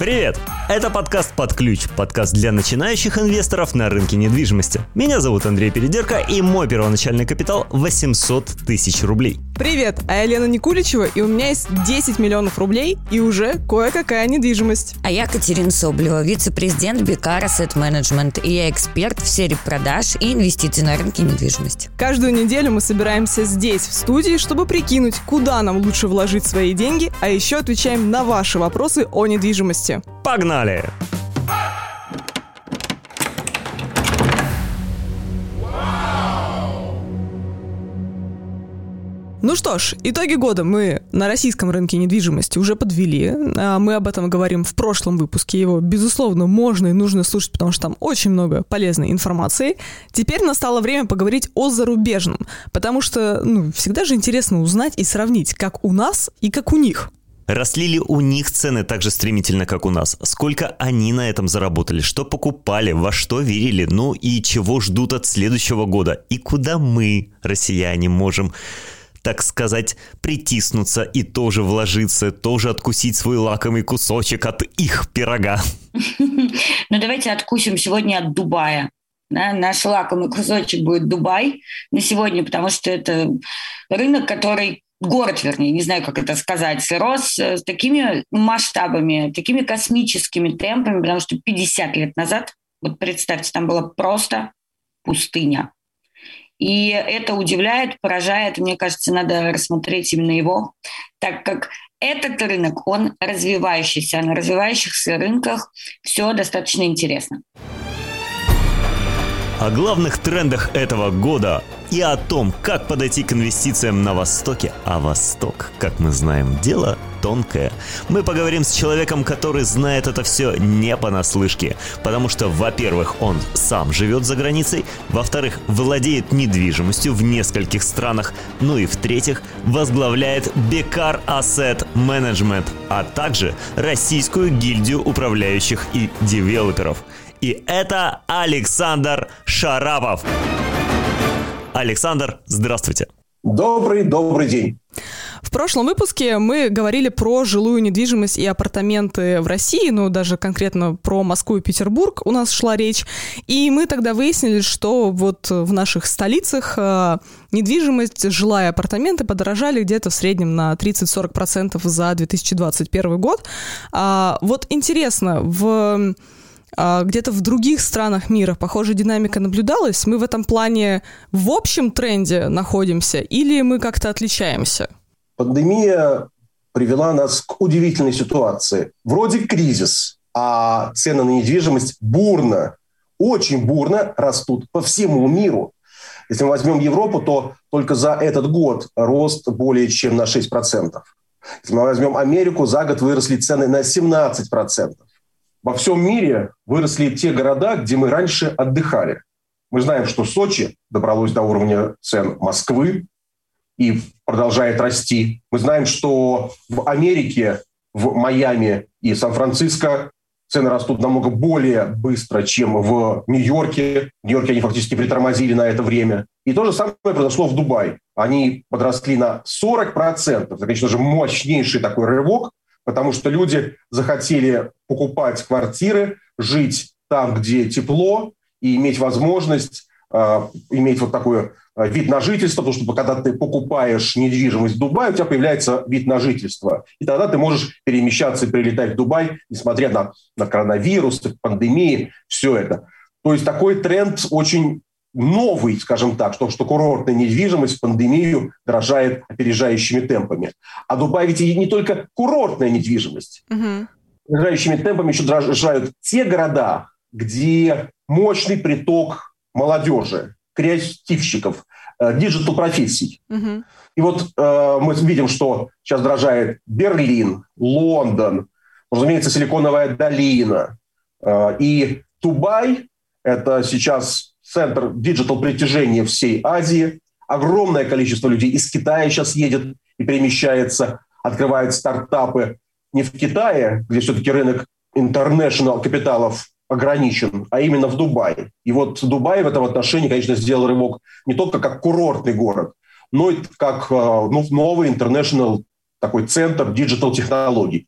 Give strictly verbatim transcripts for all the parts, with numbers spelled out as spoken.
Привет! Это подкаст «Под ключ», подкаст для начинающих инвесторов на рынке недвижимости. Меня зовут Андрей Передерко, и мой первоначальный капитал восемьсот тысяч рублей. Привет, а я Лена Никуличева, и у меня есть десять миллионов рублей и уже кое-какая недвижимость. А я Катерина Соболева, вице-президент Бикар Asset Management, и я эксперт в сфере продаж и инвестиций на рынке недвижимости. Каждую неделю мы собираемся здесь, в студии, чтобы прикинуть, куда нам лучше вложить свои деньги, а еще отвечаем на ваши вопросы о недвижимости. Погнали! Ну что ж, итоги года мы на российском рынке недвижимости уже подвели. Мы об этом говорим в прошлом выпуске. Его, безусловно, можно и нужно слушать, потому что там очень много полезной информации. Теперь настало время поговорить о зарубежном, потому что ну, всегда же интересно узнать и сравнить, как у нас и как у них. Росли ли у них цены так же стремительно, как у нас? Сколько они на этом заработали? Что покупали? Во что верили? Ну и чего ждут от следующего года? И куда мы, россияне, можем, так сказать, притиснуться и тоже вложиться, тоже откусить свой лакомый кусочек от их пирога? Ну, давайте откусим сегодня от Дубая. Да, наш лакомый кусочек будет Дубай на сегодня, потому что это рынок, который... Город, вернее, не знаю, как это сказать, рос с такими масштабами, такими космическими темпами, потому что пятьдесят лет назад, вот представьте, там была просто пустыня. И это удивляет, поражает. Мне кажется, надо рассмотреть именно его, так как этот рынок, он развивающийся, а на развивающихся рынках все достаточно интересно. О главных трендах этого года и о том, как подойти к инвестициям на Востоке. А Восток, как мы знаем, дело тонкое. Мы поговорим с человеком, который знает это все не понаслышке. Потому что, во-первых, он сам живет за границей. Во-вторых, владеет недвижимостью в нескольких странах. Ну и в-третьих, возглавляет Бикар Asset Management, а также Российскую гильдию управляющих и девелоперов. И это Александр Шарапов. Александр, здравствуйте. Добрый, добрый день. В прошлом выпуске мы говорили про жилую недвижимость и апартаменты в России, ну, даже конкретно про Москву и Петербург у нас шла речь. И мы тогда выяснили, что вот в наших столицах э, недвижимость, жилая апартаменты подорожали где-то в среднем на тридцать-сорок процентов за две тысячи двадцать первый год. А, вот интересно, в... где-то в других странах мира похожая динамика наблюдалась? Мы в этом плане в общем тренде находимся или мы как-то отличаемся? Пандемия привела нас к удивительной ситуации. Вроде кризис, а цены на недвижимость бурно, очень бурно растут по всему миру. Если мы возьмем Европу, то только за этот год рост более чем на шесть процентов. Если мы возьмем Америку, за год выросли цены на семнадцать процентов. Во всем мире выросли те города, где мы раньше отдыхали. Мы знаем, что Сочи добралось до уровня цен Москвы и продолжает расти. Мы знаем, что в Америке, в Майами и Сан-Франциско цены растут намного более быстро, чем в Нью-Йорке. В Нью-Йорке они фактически притормозили на это время. И то же самое произошло в Дубае. Они подросли на сорок процентов. Это, конечно же, мощнейший такой рывок, потому что люди захотели покупать квартиры, жить там, где тепло, и иметь возможность э, иметь вот такой э, вид на жительство, потому что когда ты покупаешь недвижимость в Дубае, у тебя появляется вид на жительство. И тогда ты можешь перемещаться и прилетать в Дубай, несмотря на, на коронавирус, пандемии, все это. То есть такой тренд очень новый, скажем так, что, что курортная недвижимость в пандемию дорожает опережающими темпами. А Дубай ведь и не только курортная недвижимость. Uh-huh. Опережающими темпами еще дорожают те города, где мощный приток молодежи, креативщиков, диджитал-профессий. Uh-huh. И вот э, мы видим, что сейчас дорожает Берлин, Лондон, разумеется, Силиконовая долина. Э, и Дубай – это сейчас центр диджитал-притяжения всей Азии. Огромное количество людей из Китая сейчас едет и перемещается, открывает стартапы не в Китае, где все-таки рынок international капиталов ограничен, а именно в Дубае. И вот Дубай в этом отношении, конечно, сделал рывок не только как курортный город, но и как ну, новый international такой центр диджитал-технологий.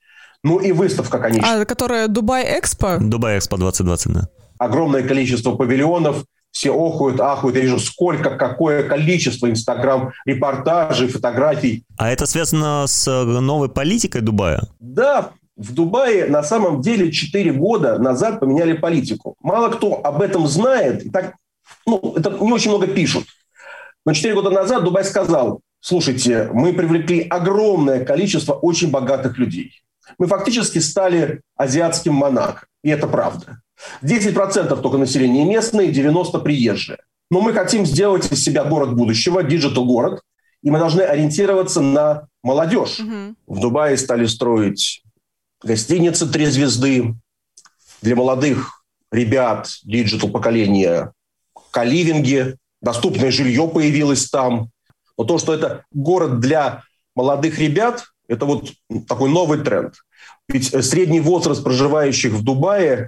Ну и выставка, конечно. А, которая Дубай Экспо? Дубай Экспо двадцать двадцать, да. Огромное количество павильонов, все охуют, ахуют. Я вижу, сколько, какое количество инстаграм-репортажей, фотографий. А это связано с новой политикой Дубая? Да, в Дубае на самом деле четыре года назад поменяли политику. Мало кто об этом знает. И так, ну, это не очень много пишут. Но четыре года назад Дубай сказал: слушайте, мы привлекли огромное количество очень богатых людей. Мы фактически стали азиатским Монако. И это правда. десять процентов только населения местные, девяносто процентов приезжие. Но мы хотим сделать из себя город будущего, диджитал-город, и мы должны ориентироваться на молодежь. Угу. В Дубае стали строить гостиницы «Три звезды» для молодых ребят диджитал-поколения, коливинги, доступное жилье появилось там. Но то, что это город для молодых ребят, это вот такой новый тренд. Ведь средний возраст проживающих в Дубае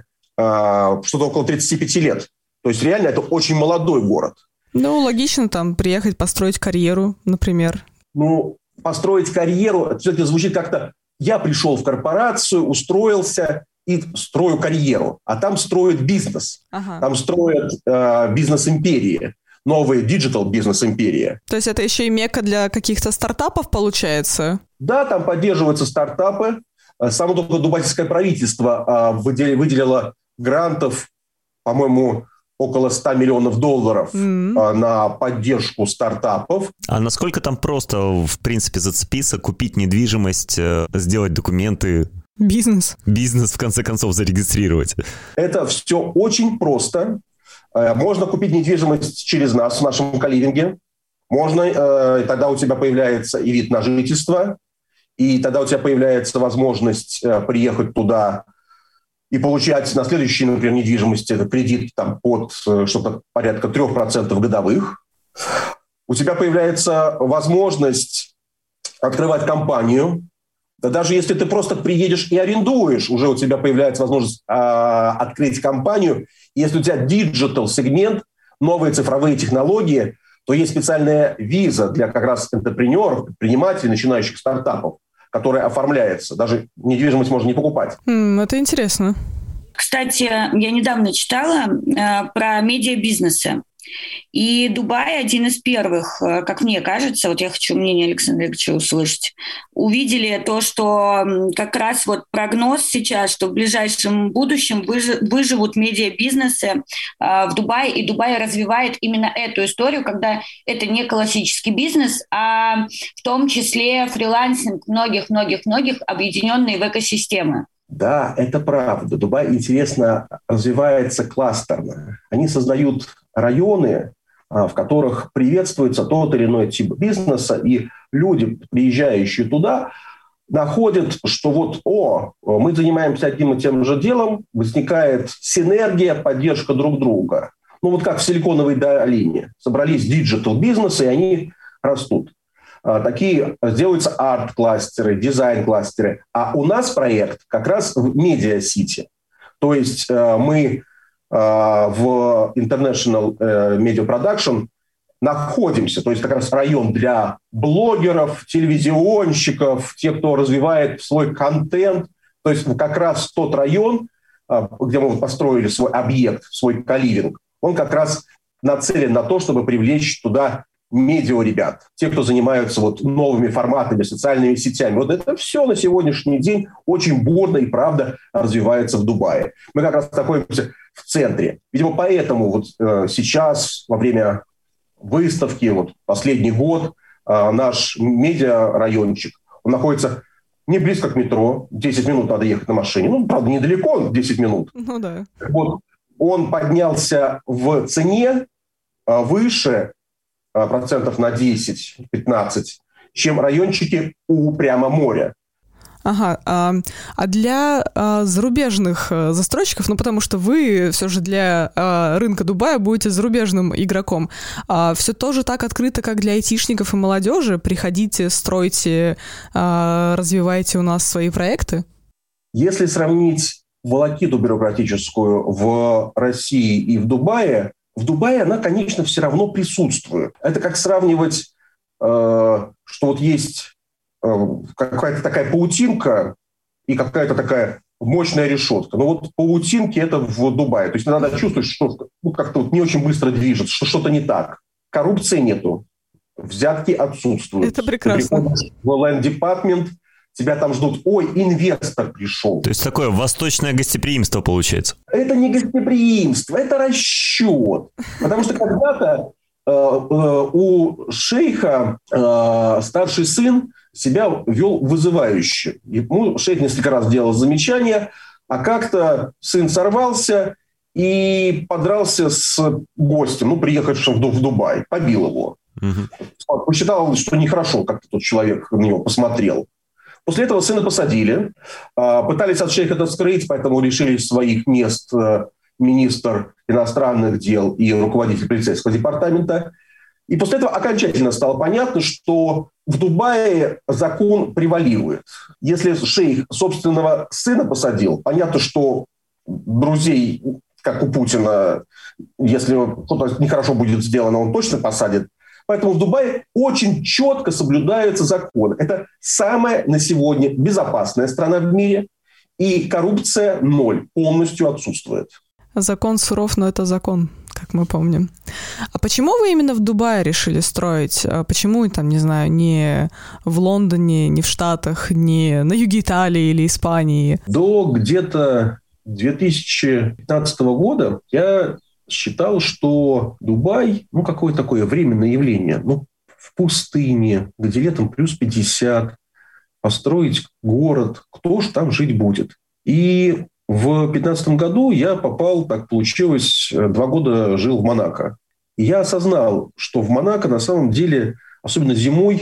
э, что-то около тридцать пять лет. То есть реально это очень молодой город. Ну, логично там приехать, построить карьеру, например. Ну, построить карьеру, это все-таки звучит как-то: я пришел в корпорацию, устроился и строю карьеру. А там строят бизнес. Ага. Там строят э, бизнес-империи. Новые диджитал-бизнес-империи. То есть это еще и мекка для каких-то стартапов получается? Да, там поддерживаются стартапы. Само только дубайское правительство выделило грантов, по-моему, около ста миллионов долларов mm-hmm. на поддержку стартапов. А насколько там просто, в принципе, зацепиться, купить недвижимость, сделать документы? Бизнес. Бизнес, в конце концов, зарегистрировать. Это все очень просто. Можно купить недвижимость через нас в нашем коливинге. Можно, и тогда у тебя появляется и вид на жительство, и тогда у тебя появляется возможность приехать туда и получать на следующей, например, недвижимости этот кредит там, под что-то порядка трех процентов годовых. У тебя появляется возможность открывать компанию. Да даже если ты просто приедешь и арендуешь, уже у тебя появляется возможность э, открыть компанию. Если у тебя диджитал-сегмент, новые цифровые технологии, то есть специальная виза для как раз энтерпренеров, предпринимателей, начинающих стартапов, которая оформляется. Даже недвижимость можно не покупать. Mm, это интересно. Кстати, я недавно читала э, про медиабизнесы. И Дубай один из первых, как мне кажется, вот я хочу мнение Александра Игоревича услышать, увидели то, что как раз вот прогноз сейчас, что в ближайшем будущем выживут медиабизнесы в Дубае, и Дубай развивает именно эту историю, когда это не классический бизнес, а в том числе фрилансинг многих-многих-многих, объединенные в экосистемы. Да, это правда. Дубай, интересно, развивается кластерно. Они создают районы, в которых приветствуется тот или иной тип бизнеса, и люди, приезжающие туда, находят, что вот, о, мы занимаемся одним и тем же делом, возникает синергия, поддержка друг друга. Ну вот как в Силиконовой долине. Собрались диджитал-бизнесы, и они растут. Такие делаются арт-кластеры, дизайн-кластеры. А у нас проект как раз в Медиа-Сити. То есть мы в International Media Production находимся. То есть как раз район для блогеров, телевизионщиков, тех, кто развивает свой контент. То есть как раз тот район, где мы построили свой объект, свой коливинг, он как раз нацелен на то, чтобы привлечь туда медиа ребят, те, кто занимаются вот новыми форматами, социальными сетями. Вот это все на сегодняшний день очень бурно и правда развивается в Дубае. Мы как раз находимся в центре. Видимо, поэтому вот э, сейчас, во время выставки, вот последний год, э, наш медиа-райончик, он находится не близко к метро, десять минут надо ехать на машине. Ну, правда, недалеко, десять минут. Ну да. Вот он поднялся в цене э, выше процентов на десять-пятнадцать, чем райончики у прямо моря. Ага, а, а для а, зарубежных а, застройщиков, ну потому что вы все же для а, рынка Дубая будете зарубежным игроком, а, все тоже так открыто, как для айтишников и молодежи? Приходите, стройте, а, развивайте у нас свои проекты? Если сравнить волокиту бюрократическую в России и в Дубае, в Дубае она, конечно, все равно присутствует. Это как сравнивать, э, что вот есть э, какая-то такая паутинка и какая-то такая мощная решетка. Но вот паутинки – это в Дубае. То есть надо чувствовать, что ну, как-то вот не очень быстро движется, что что-то не так. Коррупции нету, взятки отсутствуют. Это прекрасно. Ты в Land Department, тебя там ждут. Ой, инвестор пришел. То есть такое восточное гостеприимство получается. Это не гостеприимство, это расчет. Потому что когда-то э, э, у шейха э, старший сын себя вел вызывающе. Ему шейх несколько раз делал замечания, а как-то сын сорвался и подрался с гостем, ну, приехавшим в Дубай, побил его. Угу. Посчитал, что нехорошо, как-то тот человек на него посмотрел. После этого сына посадили, пытались от шейха это скрыть, поэтому лишили своих мест министр иностранных дел и руководитель полицейского департамента. И после этого окончательно стало понятно, что в Дубае закон превалирует. Если шейх собственного сына посадил, понятно, что друзей, как у Путина, если что-то нехорошо будет сделано, он точно посадит. Поэтому в Дубае очень четко соблюдаются законы. Это самая на сегодня безопасная страна в мире, и коррупция ноль, полностью отсутствует. Закон суров, но это закон, как мы помним. А почему вы именно в Дубае решили строить? Почему, там, не знаю, не в Лондоне, не в Штатах, не на юге Италии или Испании? До где-то две тысячи пятнадцатого года я считал, что Дубай, ну, какое-то такое временное явление. Ну, в пустыне, где летом плюс пятьдесят, построить город, кто ж там жить будет? И в пятнадцатом году я попал, так получилось, два года жил в Монако. И я осознал, что в Монако на самом деле, особенно зимой,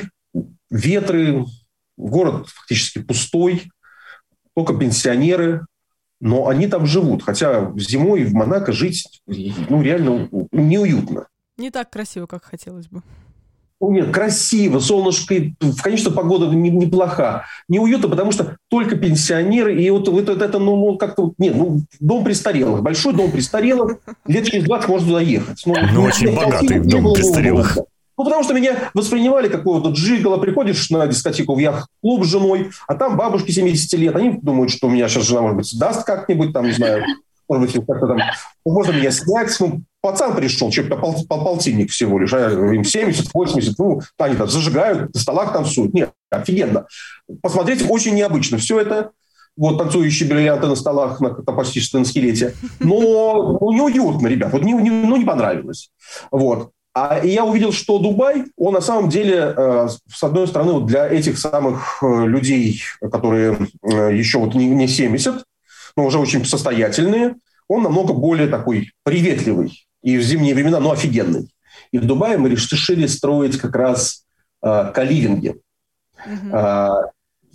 ветры, город фактически пустой, только пенсионеры, но они там живут. Хотя зимой в Монако жить ну, реально неуютно. Не так красиво, как хотелось бы. Нет, красиво, солнышко, конечно, погода неплоха. Неуютно, потому что только пенсионеры, и вот, вот это, ну, как-то, нет, ну, дом престарелых, большой дом престарелых, лет через двадцать можно туда ехать. Ну, ну очень нет, богатый дом престарелых. Ну, потому что меня воспринимали какого-то джигала, приходишь на дискотеку в яхт-клуб с женой, а там бабушки семидесяти лет, они думают, что у меня сейчас жена, может быть, даст как-нибудь, там, не знаю, может быть, как-то там, можно меня снять, ну, пацан пришел, что-то пол, пол, полтинник всего лишь, а им семьдесят, восемьдесят, ну, они там зажигают, на столах танцуют. Нет, офигенно. Посмотреть очень необычно все это. Вот танцующие бриллианты на столах, на почти на скелете. Но ну, неуютно, ребят, вот не, не, ну, не понравилось. Вот. А и я увидел, что Дубай, он на самом деле, э, с одной стороны, вот для этих самых э, людей, которые э, еще вот не, не семьдесят, но уже очень состоятельные, он намного более такой приветливый. И в зимние времена, ну, офигенный. И в Дубае мы решили строить как раз э, коливинги. Mm-hmm. Э,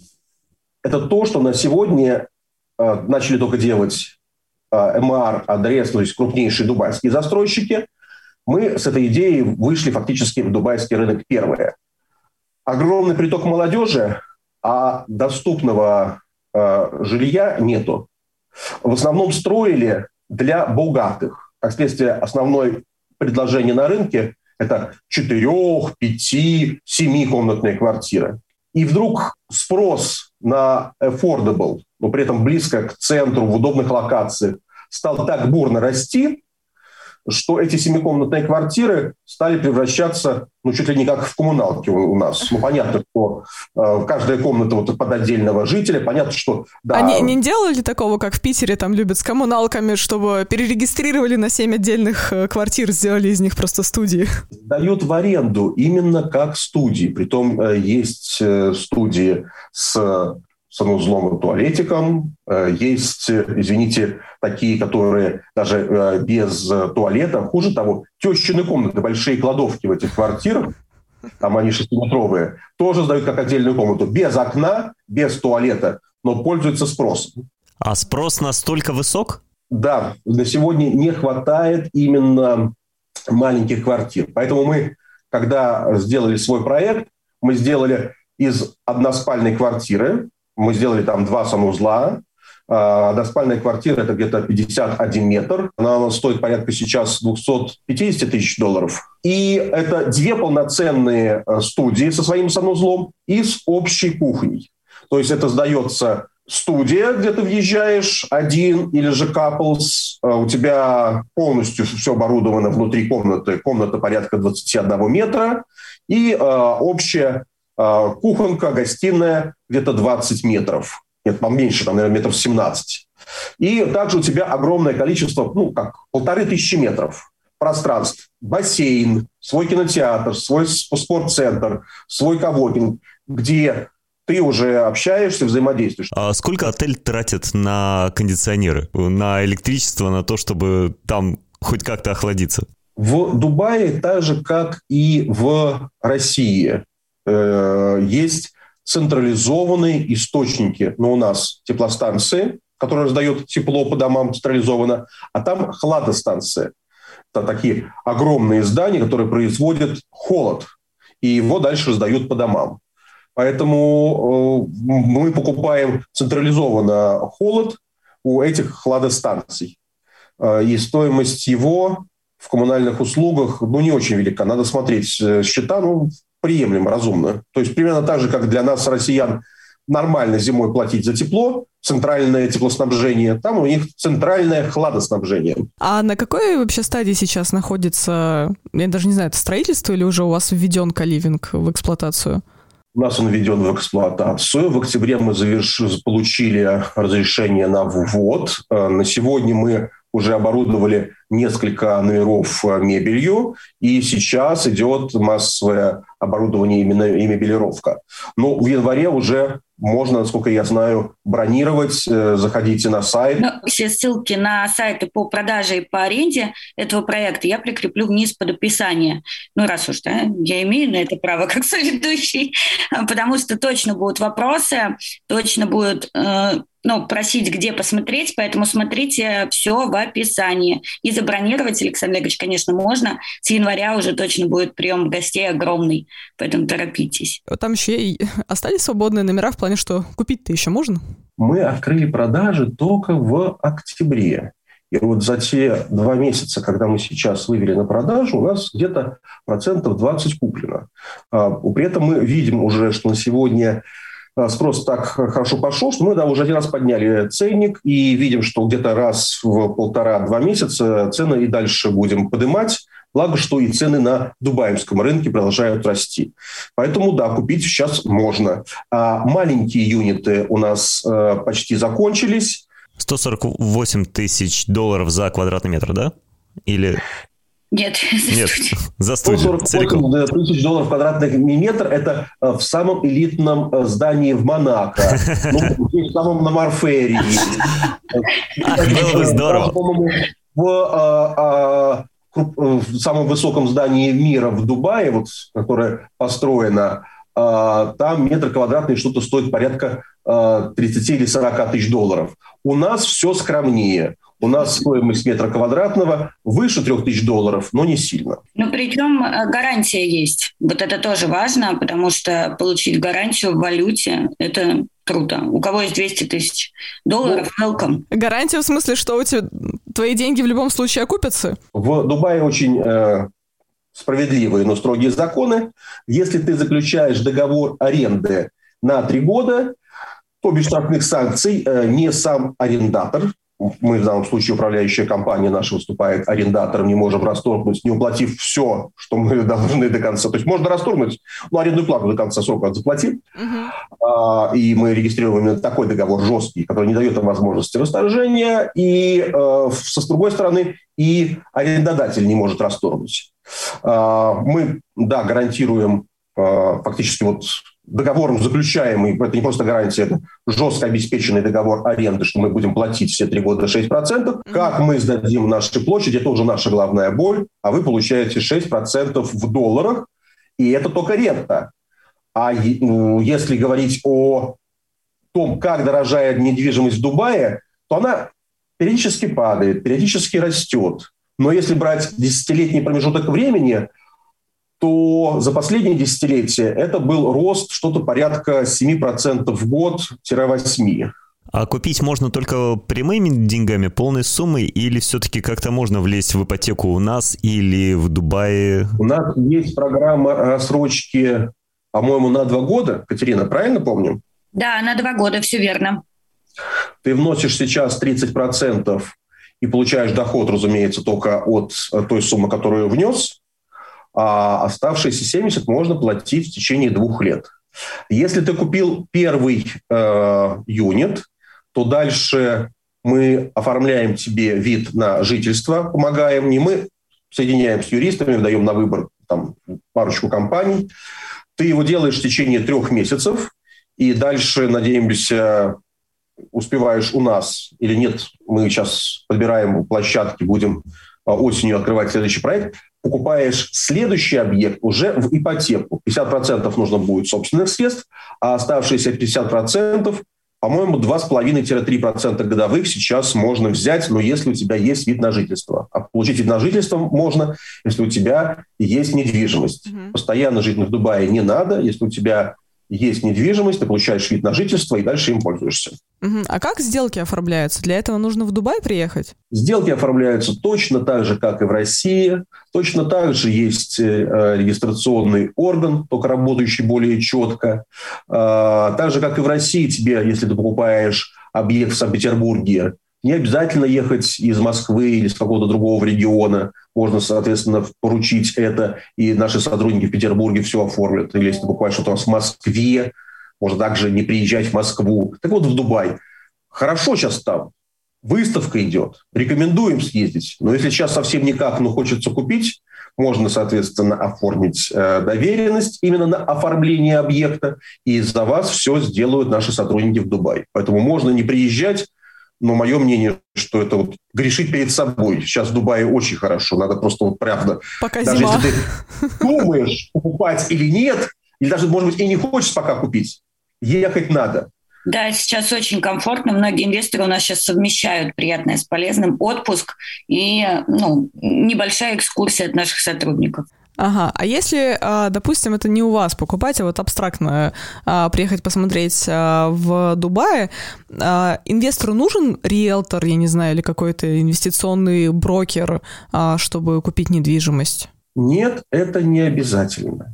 это то, что на сегодня э, начали только делать э, эм ар, Адрес, то есть крупнейшие дубайские застройщики. Мы с этой идеей вышли фактически в дубайский рынок первые. Огромный приток молодежи, а доступного э, жилья нету. В основном строили для богатых. Как следствие, основное предложение на рынке – это четырех, пяти, семикомнатные квартиры. И вдруг спрос на affordable, но при этом близко к центру, в удобных локациях, стал так бурно расти, что эти семикомнатные квартиры стали превращаться, ну, чуть ли не как в коммуналке у нас. Ну, понятно, что э, каждая комната вот под отдельного жителя, понятно, что... Да. Они не делали такого, как в Питере, там любят с коммуналками, чтобы перерегистрировали на семь отдельных квартир, сделали из них просто студии? Дают в аренду именно как студии. Притом э, есть э, студии с... санузлом и туалетиком. Есть, извините, такие, которые даже без туалета. Хуже того, тещины комнаты, большие кладовки в этих квартирах, там они шестиметровые, тоже сдают как отдельную комнату. Без окна, без туалета, но пользуются спросом. А спрос настолько высок? Да, на сегодня не хватает именно маленьких квартир. Поэтому мы, когда сделали свой проект, мы сделали из односпальной квартиры, мы сделали там два санузла. Односпальная квартира – это где-то пятьдесят один метр. Она стоит порядка сейчас двести пятьдесят тысяч долларов. И это две полноценные студии со своим санузлом и с общей кухней. То есть это сдается студия, где ты въезжаешь один или же couples, у тебя полностью все оборудовано внутри комнаты, комната порядка двадцать один метра, и э, общая э, кухонка, гостиная где-то двадцать метров. Нет, поменьше, там, наверное, метров семнадцать. И также у тебя огромное количество, ну, как полторы тысячи метров пространств. Бассейн, свой кинотеатр, свой спортцентр, свой коворкинг, где ты уже общаешься, взаимодействуешь. А сколько отель тратит на кондиционеры, на электричество, на то, чтобы там хоть как-то охладиться? В Дубае, так же, как и в России, э, есть централизованные источники. Но у нас теплостанции, которые раздают тепло по домам централизованно, а там хладостанции. Это такие огромные здания, которые производят холод, и его дальше раздают по домам. Поэтому мы покупаем централизованно холод у этих хладостанций. И стоимость его в коммунальных услугах ну, не очень велика. Надо смотреть счета, ну, приемлемо, разумно. То есть примерно так же, как для нас, россиян, нормально зимой платить за тепло, центральное теплоснабжение, там у них центральное хладоснабжение. А на какой вообще стадии сейчас находится, я даже не знаю, это строительство или уже у вас введен коливинг в эксплуатацию? У нас он введен в эксплуатацию. В октябре мы заверш... получили разрешение на ввод. На сегодня мы уже оборудовали несколько номеров мебелью, и сейчас идет массовое оборудование именно и мебелировка. Но в январе уже можно, насколько я знаю, бронировать. Заходите на сайт. Но все ссылки на сайты по продаже и по аренде этого проекта я прикреплю вниз под описание. Ну, раз уж да, я имею на это право как соведущий, потому что точно будут вопросы, точно будут э, ну, просить, где посмотреть, поэтому смотрите все в описании. И забронировать, Александр Олегович, конечно, можно. С января уже точно будет прием гостей огромный, поэтому торопитесь. Там еще и остались свободные номера в плане, что купить-то еще можно? Мы открыли продажи только в октябре. И вот за те два месяца, когда мы сейчас вывели на продажу, у нас где-то процентов двадцать куплено. При этом мы видим уже, что на сегодня спрос так хорошо пошел, что мы да, уже один раз подняли ценник и видим, что где-то раз в полтора-два месяца цены и дальше будем поднимать. Благо, что и цены на дубайском рынке продолжают расти. Поэтому, да, купить сейчас можно. А маленькие юниты у нас э, почти закончились. сто сорок восемь тысяч долларов за квадратный метр, да? Или... Нет, за Нет, студию. за студию. сто сорок восемь тысяч долларов квадратный метр – это в самом элитном здании в Монако, ну, в самом на Марфере. Было бы здорово. В в самом высоком здании мира в Дубае, вот, которое построено, там метр квадратный что-то стоит порядка тридцать или сорок тысяч долларов. У нас все скромнее. У нас стоимость метра квадратного выше трех тысяч долларов, но не сильно. Ну, причем гарантия есть. Вот это тоже важно, потому что получить гарантию в валюте – это круто. У кого есть двести тысяч долларов, welcome. Гарантия в смысле, что у тебя твои деньги в любом случае окупятся? В Дубае очень э, справедливые, но строгие законы. Если ты заключаешь договор аренды на три года, то без штрафных санкций э, не сам арендатор, мы в данном случае управляющая компания наша выступает арендатором, не можем расторгнуть, не уплатив все, что мы должны до конца. То есть можно расторгнуть, но арендную плату до конца срока заплатить. Uh-huh. А, и мы регистрируем именно такой договор жесткий, который не дает им возможности расторжения. И а, со другой стороны, и арендодатель не может расторгнуть. А, мы, да, гарантируем а, фактически вот договором заключаемый, это не просто гарантия, это жестко обеспеченный договор аренды, что мы будем платить все три года шесть процентов. Mm-hmm. Как мы сдадим наши площади, это уже наша главная боль, а вы получаете шесть процентов в долларах, и это только рента. А если говорить о том, как дорожает недвижимость в Дубае, то она периодически падает, периодически растет. Но если брать десятилетний промежуток времени, то за последние десятилетия это был рост что-то порядка семь процентов в год-восемь процентов. А купить можно только прямыми деньгами, полной суммой, или все-таки как-то можно влезть в ипотеку у нас или в Дубае? У нас есть программа рассрочки, по-моему, на два года. Катерина, правильно помню? Да, на два года, все верно. Ты вносишь сейчас тридцать процентов и получаешь доход, разумеется, только от той суммы, которую внес, а оставшиеся семьдесят можно платить в течение двух лет. Если ты купил первый э, юнит, то дальше мы оформляем тебе вид на жительство, помогаем, не мы, соединяем с юристами, даем на выбор там, парочку компаний. Ты его делаешь в течение трех месяцев, и дальше, надеемся, успеваешь у нас или нет. Мы сейчас подбираем площадки, будем осенью открывать следующий проект. Покупаешь следующий объект уже в ипотеку. пятьдесят процентов нужно будет собственных средств, а оставшиеся пятьдесят процентов, по-моему, два с половиной - три процента годовых сейчас можно взять, но если у тебя есть вид на жительство. А получить вид на жительство можно, если у тебя есть недвижимость. Mm-hmm. Постоянно жить в Дубае не надо. Если у тебя есть недвижимость, ты получаешь вид на жительство и дальше им пользуешься. Uh-huh. А как сделки оформляются? Для этого нужно в Дубай приехать? Сделки оформляются точно так же, как и в России. Точно так же есть э, регистрационный орган, только работающий более четко. Э, так же, как и в России, тебе, если ты покупаешь объект в Санкт-Петербурге, не обязательно ехать из Москвы или из какого-то другого региона. Можно, соответственно, поручить это, и наши сотрудники в Петербурге все оформят. Или если ты покупаешь что-то в Москве, можно также не приезжать в Москву. Так вот, в Дубай. Хорошо сейчас там. Выставка идет. Рекомендуем съездить. Но если сейчас совсем никак, но хочется купить, можно, соответственно, оформить э, доверенность именно на оформление объекта. И за вас все сделают наши сотрудники в Дубае. Поэтому можно не приезжать. Но мое мнение, что это вот грешить перед собой. Сейчас в Дубае очень хорошо. Надо просто вот правда. Пока даже зима. если ты думаешь, покупать или нет, или даже, может быть, и не хочешь пока купить, ехать надо. Да, сейчас очень комфортно. Многие инвесторы у нас сейчас совмещают приятное с полезным. Отпуск и ну, небольшая экскурсия от наших сотрудников. Ага, а если, допустим, это не у вас покупать, а вот абстрактно приехать посмотреть в Дубае, инвестору нужен риэлтор, я не знаю, или какой-то инвестиционный брокер, чтобы купить недвижимость? Нет, это не обязательно.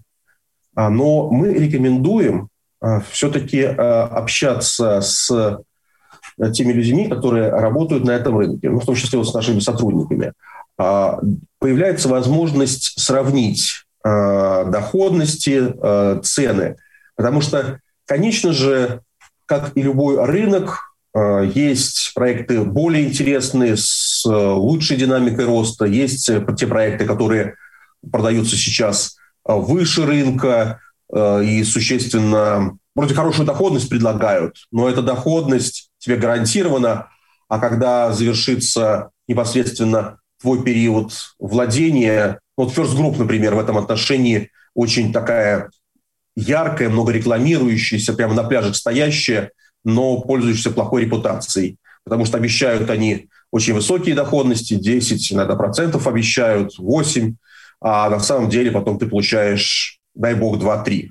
Но мы рекомендуем все-таки общаться с теми людьми, которые работают на этом рынке, ну, в том числе вот с нашими сотрудниками. Появляется возможность сравнить э, доходности, э, цены. Потому что, конечно же, как и любой рынок, э, есть проекты более интересные, с э, лучшей динамикой роста, есть те проекты, которые продаются сейчас выше рынка э, и существенно, вроде хорошую доходность предлагают, но эта доходность тебе гарантирована, а когда завершится непосредственно твой период владения. Вот First Group, например, в этом отношении очень такая яркая, много рекламирующаяся, прямо на пляжах стоящая, но пользующаяся плохой репутацией. Потому что обещают они очень высокие доходности, десять иногда процентов обещают, восемь, а на самом деле потом ты получаешь, дай бог, два-три.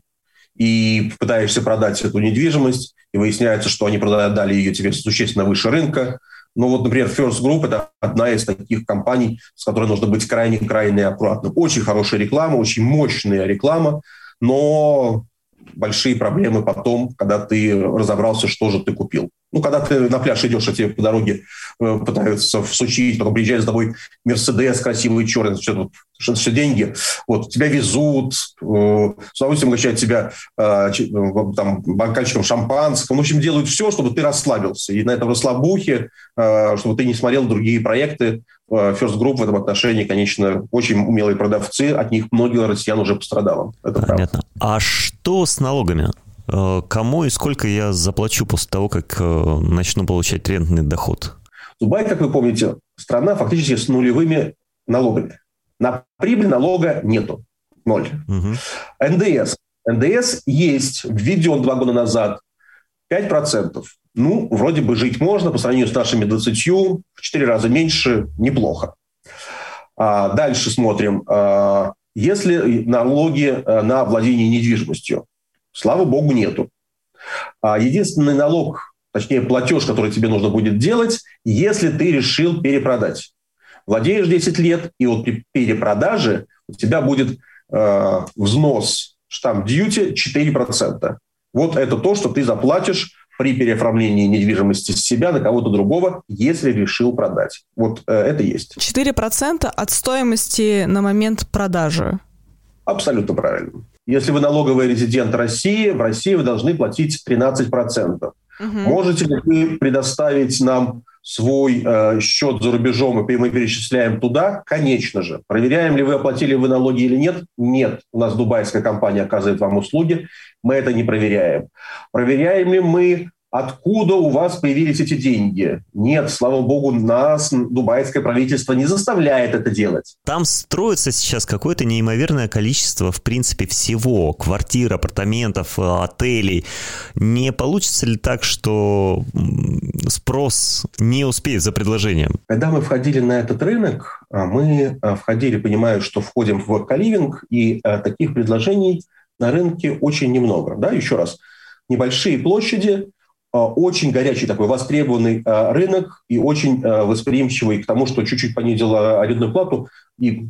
И пытаешься продать эту недвижимость, и выясняется, что они продали ее тебе существенно выше рынка. Ну вот, например, First Group – это одна из таких компаний, с которой нужно быть крайне-крайне аккуратным. Очень хорошая реклама, очень мощная реклама, но большие проблемы потом, когда ты разобрался, что же ты купил. Ну, когда ты на пляж идешь, а тебе по дороге э, пытаются всучить, потом приезжает с тобой Мерседес красивый, черный, что это все деньги. Вот, тебя везут, э, с удовольствием угощают тебя э, там, бокальчиком шампанского. В общем, делают все, чтобы ты расслабился. И на этом расслабухе, э, чтобы ты не смотрел другие проекты. First Group в этом отношении, конечно, очень умелые продавцы. От них многие россиян уже пострадало. Это Понятно. правда. А что с налогами? Кому и сколько я заплачу после того, как начну получать рентный доход? Дубай, как вы помните, страна фактически с нулевыми налогами. На прибыль налога нету. Ноль. Угу. эн дэ эс. эн дэ эс есть, введен два года назад, пять процентов. Ну, вроде бы жить можно, по сравнению с нашими двадцатью, в четыре раза меньше, неплохо. А дальше смотрим. А, если налоги на владение недвижимостью, слава богу, нету. А единственный налог, точнее платеж, который тебе нужно будет делать, если ты решил перепродать. Владеешь десять лет, и вот при перепродаже у тебя будет э, взнос штамп-дьюти четыре процента. Вот это то, что ты заплатишь при переоформлении недвижимости с себя на кого-то другого, если решил продать. Вот э, это есть. четыре процента от стоимости на момент продажи. Абсолютно правильно. Если вы налоговый резидент России, в России вы должны платить тринадцать процентов. Угу. Можете ли вы предоставить нам свой э, счет за рубежом, и мы перечисляем туда? Конечно же. Проверяем ли вы, оплатили вы налоги или нет? Нет. У нас дубайская компания оказывает вам услуги. Мы это не проверяем. Проверяем ли мы, откуда у вас появились эти деньги? Нет, слава богу, нас дубайское правительство не заставляет это делать. Там строится сейчас какое-то неимоверное количество, в принципе, всего. Квартир, апартаментов, отелей. Не получится ли так, что спрос не успеет за предложением? Когда мы входили на этот рынок, мы входили, понимая, что входим в коливинг, и таких предложений на рынке очень немного. Да, еще раз, небольшие площади, очень горячий такой востребованный рынок и очень восприимчивый к тому, что чуть-чуть понизил арендную плату, и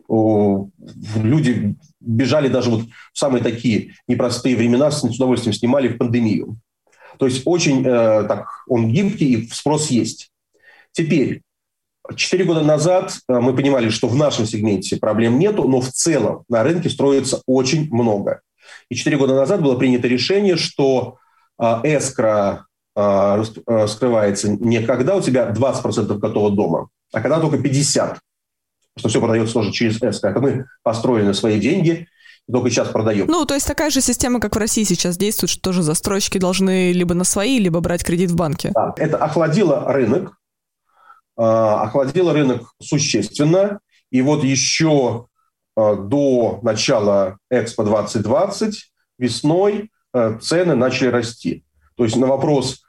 люди бежали даже вот в самые такие непростые времена, с удовольствием снимали в пандемию. То есть очень так, он гибкий и спрос есть. Теперь, четыре года назад мы понимали, что в нашем сегменте проблем нету, но в целом на рынке строится очень много. И четыре года назад было принято решение, что эскро скрывается не когда у тебя двадцать процентов готового дома, а когда только пятьдесят процентов. Что все продается тоже через эскро. Это мы построили на свои деньги, и только сейчас продаем. Ну, то есть такая же система, как в России сейчас действует, что тоже застройщики должны либо на свои, либо брать кредит в банке. Да. Это охладило рынок, охладило рынок существенно. И вот еще до начала Экспо двадцать двадцать весной цены начали расти. То есть на вопрос,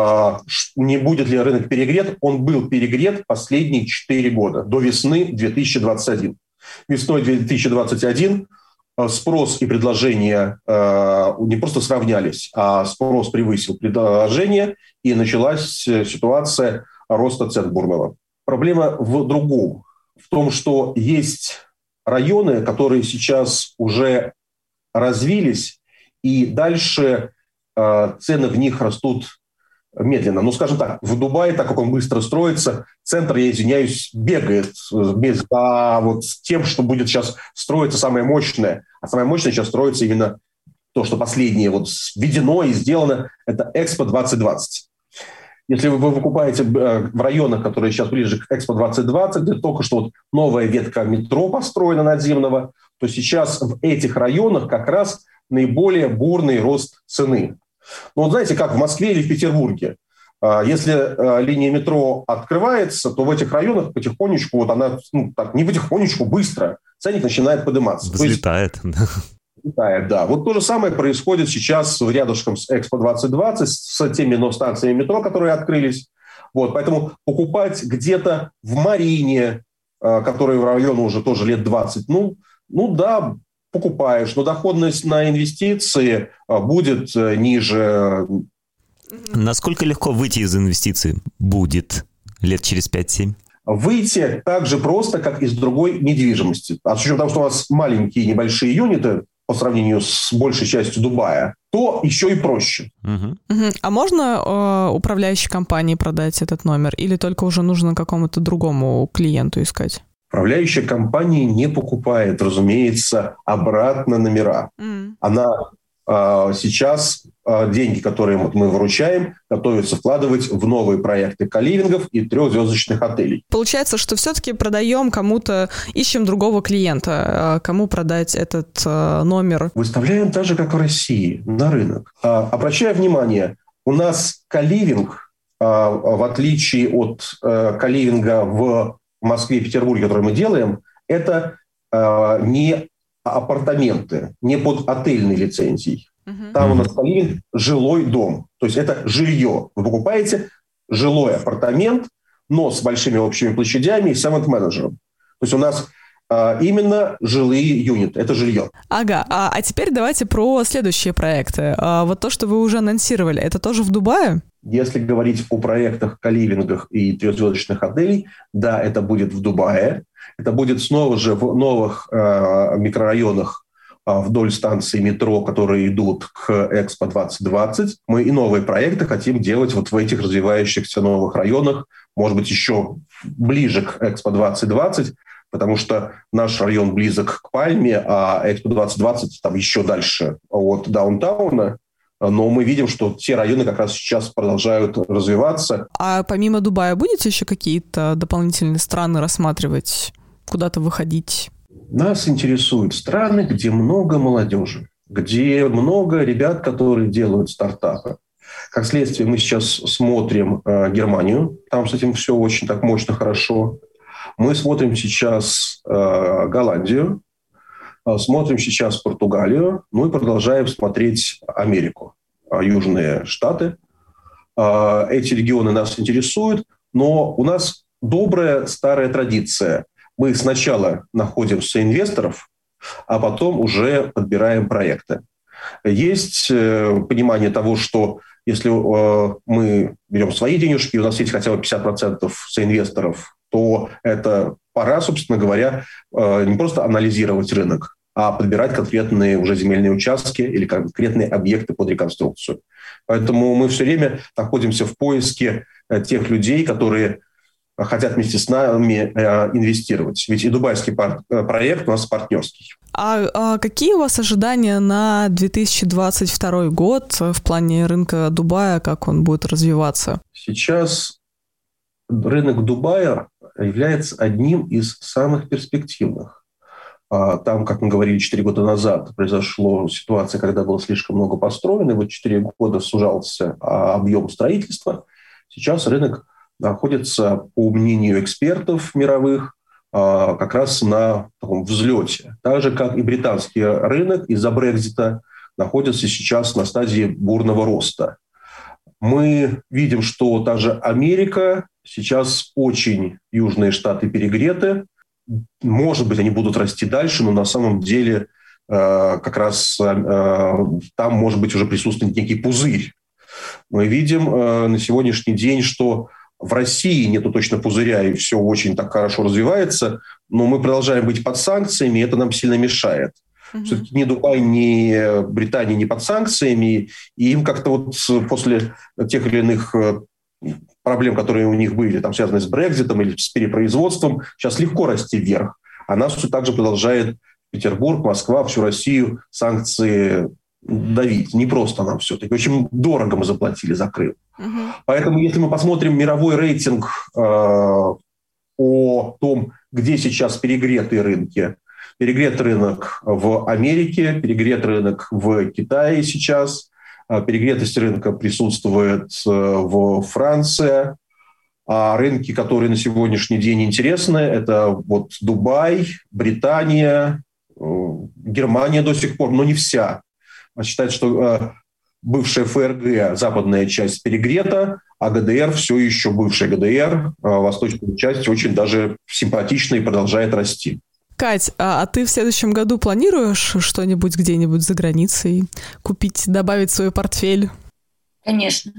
не будет ли рынок перегрет, он был перегрет последние четыре года, до весны две тысячи двадцать один. Весной две тысячи двадцать один спрос и предложение не просто сравнялись, а спрос превысил предложение, и началась ситуация роста цен бурного. Проблема в другом, в том, что есть районы, которые сейчас уже развились, и дальше э, цены в них растут медленно. Ну, скажем так, в Дубае, так как он быстро строится, центр, я извиняюсь, бегает без, а вот с тем, что будет сейчас строиться самое мощное. А самое мощное сейчас строится именно то, что последнее вот введено и сделано, это Экспо двадцать двадцать. Если вы выкупаете в районах, которые сейчас ближе к Экспо двадцать двадцать, где только что вот новая ветка метро построена надземного, то сейчас в этих районах как раз наиболее бурный рост цены. Ну вот знаете, как в Москве или в Петербурге. Если линия метро открывается, то в этих районах потихонечку, вот она, ну, так, не потихонечку, быстро ценник начинает подниматься. Взлетает. Взлетает, да. Вот то же самое происходит сейчас рядышком с Экспо двадцать двадцать, с теми станциями метро, которые открылись. Вот, поэтому покупать где-то в Марине, который в районе уже тоже лет двадцать, ну, ну да, покупаешь, но доходность на инвестиции будет ниже. Насколько легко выйти из инвестиций будет лет через пять-семь? Выйти так же просто, как из другой недвижимости. А с учетом того, что у нас маленькие небольшие юниты по сравнению с большей частью Дубая, то еще и проще. Угу. Угу. А можно э, управляющей компании продать этот номер? Или только уже нужно какому-то другому клиенту искать? Управляющая компания не покупает, разумеется, обратно номера. Mm. Она э, сейчас э, деньги, которые вот мы выручаем, готовится вкладывать в новые проекты коливингов и трехзвездочных отелей. Получается, что все-таки продаем кому-то, ищем другого клиента, кому продать этот э, номер. Выставляем так же, как в России, на рынок. Э, обращаю внимание, у нас коливинг, э, в отличие от э, коливинга в в Москве и Петербурге, которые мы делаем, это э, не апартаменты, не под отельной лицензией. Uh-huh. Там у нас коливинг жилой дом. То есть это жилье. Вы покупаете жилой апартамент, но с большими общими площадями и севент-менеджером. То есть у нас э, именно жилые юниты. Это жилье. Ага. А, а теперь давайте про следующие проекты. А, вот то, что вы уже анонсировали, это тоже в Дубае? Если говорить о проектах, коливингах и трехзвездочных отелей, да, это будет в Дубае. Это будет снова же в новых э, микрорайонах вдоль станции метро, которые идут к Экспо двадцать двадцать. Мы и новые проекты хотим делать вот в этих развивающихся новых районах, может быть, еще ближе к Экспо двадцать двадцать, потому что наш район близок к Пальме, а Экспо двадцать двадцать там еще дальше от даунтауна. Но мы видим, что те районы как раз сейчас продолжают развиваться. А помимо Дубая будете еще какие-то дополнительные страны рассматривать, куда-то выходить? Нас интересуют страны, где много молодежи, где много ребят, которые делают стартапы. Как следствие, мы сейчас смотрим э, Германию, там с этим все очень так мощно, хорошо. Мы смотрим сейчас э, Голландию, э, смотрим сейчас Португалию, ну и продолжаем смотреть Америку, э, Южные Штаты. Э, эти регионы нас интересуют, но у нас добрая старая традиция. Мы сначала находим соинвесторов, а потом уже подбираем проекты. Есть э, понимание того, что если э, мы берем свои денежки, у нас есть хотя бы пятьдесят процентов соинвесторов, то это пора, собственно говоря, э, не просто анализировать рынок, а подбирать конкретные уже земельные участки или конкретные объекты под реконструкцию. Поэтому мы все время находимся в поиске э, тех людей, которые хотят вместе с нами э, инвестировать. Ведь и дубайский пар- проект у нас партнерский. А, а какие у вас ожидания на две тысячи двадцать второй год в плане рынка Дубая, как он будет развиваться? Сейчас рынок Дубая является одним из самых перспективных. Там, как мы говорили, четыре года назад произошла ситуация, когда было слишком много построено, и вот четыре года сужался объем строительства. Сейчас рынок находится, по мнению экспертов мировых, как раз на таком взлете. Так же, как и британский рынок из-за Брексита находится сейчас на стадии бурного роста. Мы видим, что та же Америка, сейчас очень южные штаты перегреты. Может быть, они будут расти дальше, но на самом деле как раз там, может быть, уже присутствует некий пузырь. Мы видим на сегодняшний день, что в России нету точно пузыря, и все очень так хорошо развивается, но мы продолжаем быть под санкциями, и это нам сильно мешает. Mm-hmm. Все-таки ни Дубай, ни Британия не под санкциями, и им как-то вот после тех или иных проблем, которые у них были, там, связанные с Брекситом или с перепроизводством, сейчас легко расти вверх. А нас все так же продолжает Петербург, Москва, всю Россию санкции давить. Не просто нам все-таки. Очень дорого мы заплатили за Крым. Uh-huh. Поэтому, если мы посмотрим мировой рейтинг э, о том, где сейчас перегретые рынки, перегрет рынок в Америке, перегрет рынок в Китае сейчас, э, перегретость рынка присутствует э, в Франции, а рынки, которые на сегодняшний день интересны, это вот Дубай, Британия, э, Германия до сих пор, но не вся. Считается, что э, бывшая ФРГ, западная часть перегрета, а ГДР все еще бывшая ГДР, э, восточная часть очень даже симпатична и продолжает расти. Кать, а, а ты в следующем году планируешь что-нибудь где-нибудь за границей купить, добавить в свой портфель? Конечно.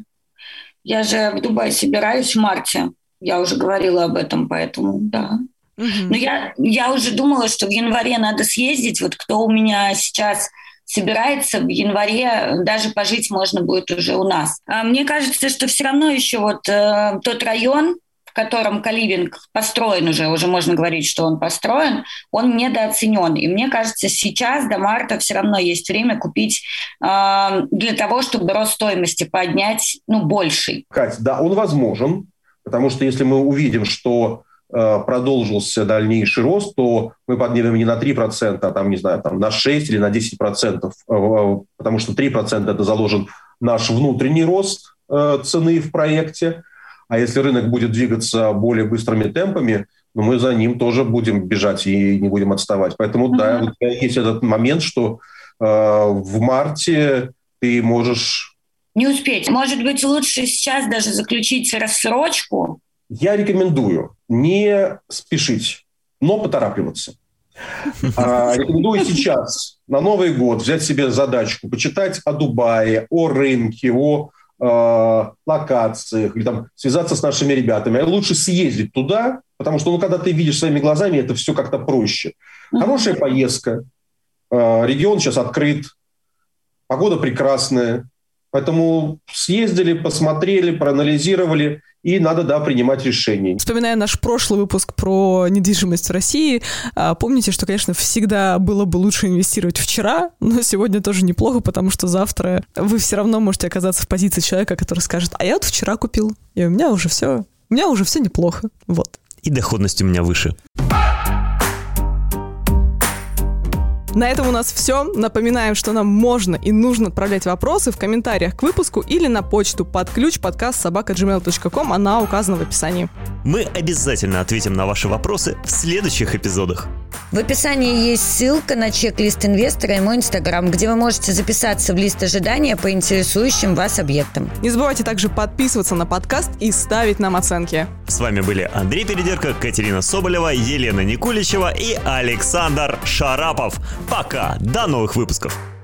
Я же в Дубае собираюсь в марте. Я уже говорила об этом, поэтому да. Угу. Но я, я уже думала, что в январе надо съездить. Вот кто у меня сейчас собирается, в январе даже пожить можно будет уже у нас. А мне кажется, что все равно еще вот э, тот район, в котором Каливинг построен уже, уже можно говорить, что он построен, он недооценен. И мне кажется, сейчас до марта все равно есть время купить э, для того, чтобы рост стоимости поднять, ну, больший. Кать, да, он возможен, потому что если мы увидим, что продолжился дальнейший рост, то мы поднимем не на три процента, а там, не знаю, там, на шесть или на десять процентов, потому что три процента это заложен наш внутренний рост цены в проекте, а если рынок будет двигаться более быстрыми темпами, ну, мы за ним тоже будем бежать и не будем отставать. Поэтому, mm-hmm. да, вот есть этот момент, что э, в марте ты можешь... Не успеть. Может быть, лучше сейчас даже заключить рассрочку? Я рекомендую не спешить, но поторапливаться. А, рекомендую сейчас, на Новый год, взять себе задачку, почитать о Дубае, о рынке, о э, локациях, или там связаться с нашими ребятами. А лучше съездить туда, потому что, ну, когда ты видишь своими глазами, это все как-то проще. Хорошая поездка, Регион сейчас открыт, погода прекрасная. Поэтому съездили, посмотрели, проанализировали, и надо, да, принимать решения. Вспоминая наш прошлый выпуск про недвижимость в России, помните, что, конечно, всегда было бы лучше инвестировать вчера, но сегодня тоже неплохо, потому что завтра вы все равно можете оказаться в позиции человека, который скажет: а я вот вчера купил, и у меня уже все, у меня уже все неплохо. Вот. И доходность у меня выше. На этом у нас все. Напоминаем, что нам можно и нужно отправлять вопросы в комментариях к выпуску или на почту под ключ подкаст собака джи мейл точка ком. Она указана в описании. Мы обязательно ответим на ваши вопросы в следующих эпизодах. В описании есть ссылка на чек-лист инвестора и мой инстаграм, где вы можете записаться в лист ожидания по интересующим вас объектам. Не забывайте также подписываться на подкаст и ставить нам оценки. С вами были Андрей Передерко, Катерина Соболева, Елена Никуличева и Александр Шарапов. Пока! До новых выпусков!